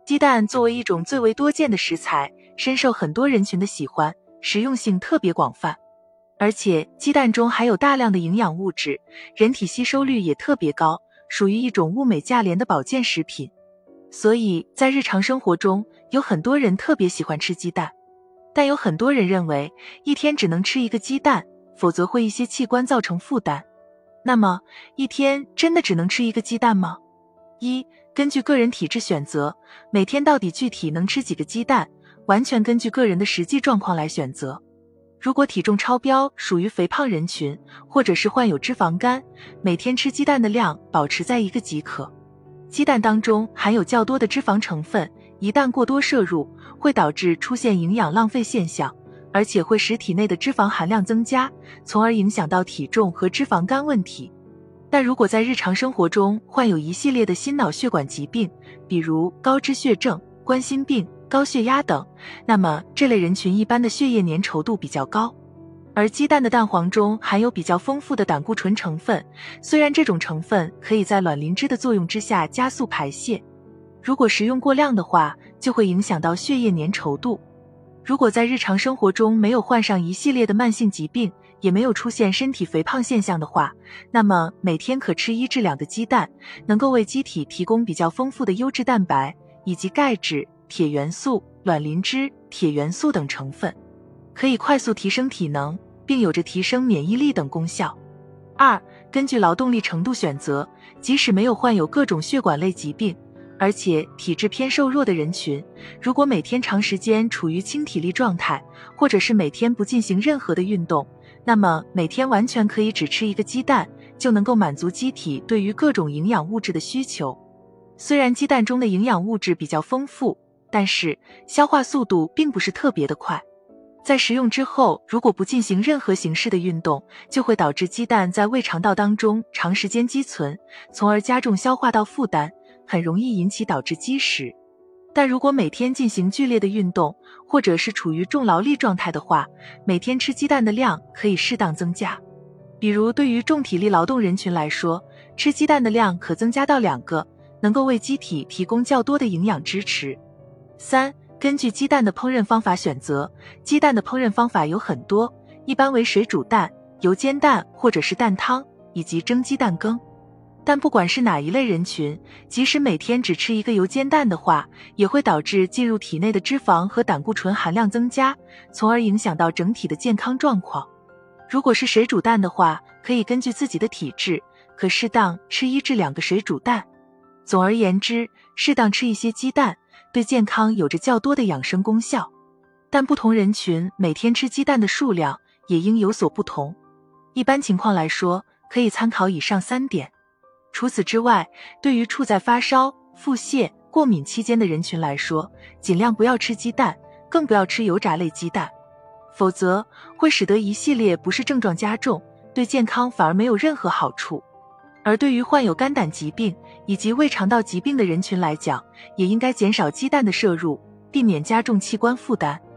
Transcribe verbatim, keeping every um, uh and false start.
鸡蛋作为一种最为多见的食材，深受很多人群的喜欢，实用性特别广泛。而且鸡蛋中含有大量的营养物质，人体吸收率也特别高，属于一种物美价廉的保健食品。所以在日常生活中，有很多人特别喜欢吃鸡蛋。但有很多人认为，一天只能吃一个鸡蛋，否则会一些器官造成负担。那么，一天真的只能吃一个鸡蛋吗？一、根据个人体质选择，每天到底具体能吃几个鸡蛋，完全根据个人的实际状况来选择。如果体重超标，属于肥胖人群，或者是患有脂肪肝，每天吃鸡蛋的量保持在一个即可。鸡蛋当中含有较多的脂肪成分，一旦过多摄入，会导致出现营养浪费现象，而且会使体内的脂肪含量增加，从而影响到体重和脂肪肝问题。但如果在日常生活中患有一系列的心脑血管疾病，比如高脂血症、冠心病、高血压等，那么这类人群一般的血液粘稠度比较高。而鸡蛋的蛋黄中含有比较丰富的胆固醇成分，虽然这种成分可以在卵磷脂的作用之下加速排泄，如果食用过量的话，就会影响到血液粘稠度。如果在日常生活中没有患上一系列的慢性疾病，也没有出现身体肥胖现象的话，那么每天可吃一至两个鸡蛋，能够为机体提供比较丰富的优质蛋白，以及钙质、铁元素、卵磷脂、铁元素等成分，可以快速提升体能，并有着提升免疫力等功效。二、根据劳动力程度选择，即使没有患有各种血管类疾病，而且体质偏瘦弱的人群，如果每天长时间处于轻体力状态，或者是每天不进行任何的运动，那么每天完全可以只吃一个鸡蛋，就能够满足机体对于各种营养物质的需求。虽然鸡蛋中的营养物质比较丰富，但是消化速度并不是特别的快。在食用之后，如果不进行任何形式的运动，就会导致鸡蛋在胃肠道当中长时间积存，从而加重消化道负担，很容易引起导致积食。但如果每天进行剧烈的运动，或者是处于重劳力状态的话，每天吃鸡蛋的量可以适当增加。比如对于重体力劳动人群来说，吃鸡蛋的量可增加到两个，能够为机体提供较多的营养支持。三、根据鸡蛋的烹饪方法选择，鸡蛋的烹饪方法有很多，一般为水煮蛋、油煎蛋或者是蛋汤，以及蒸鸡蛋羹。但不管是哪一类人群，即使每天只吃一个油煎蛋的话，也会导致进入体内的脂肪和胆固醇含量增加，从而影响到整体的健康状况。如果是水煮蛋的话，可以根据自己的体质，可适当吃一至两个水煮蛋。总而言之，适当吃一些鸡蛋，对健康有着较多的养生功效。但不同人群每天吃鸡蛋的数量也应有所不同。一般情况来说，可以参考以上三点。除此之外，对于处在发烧、腹泻、过敏期间的人群来说，尽量不要吃鸡蛋，更不要吃油炸类鸡蛋，否则会使得一系列不适症状加重，对健康反而没有任何好处。而对于患有肝胆疾病以及胃肠道疾病的人群来讲，也应该减少鸡蛋的摄入，避免加重器官负担。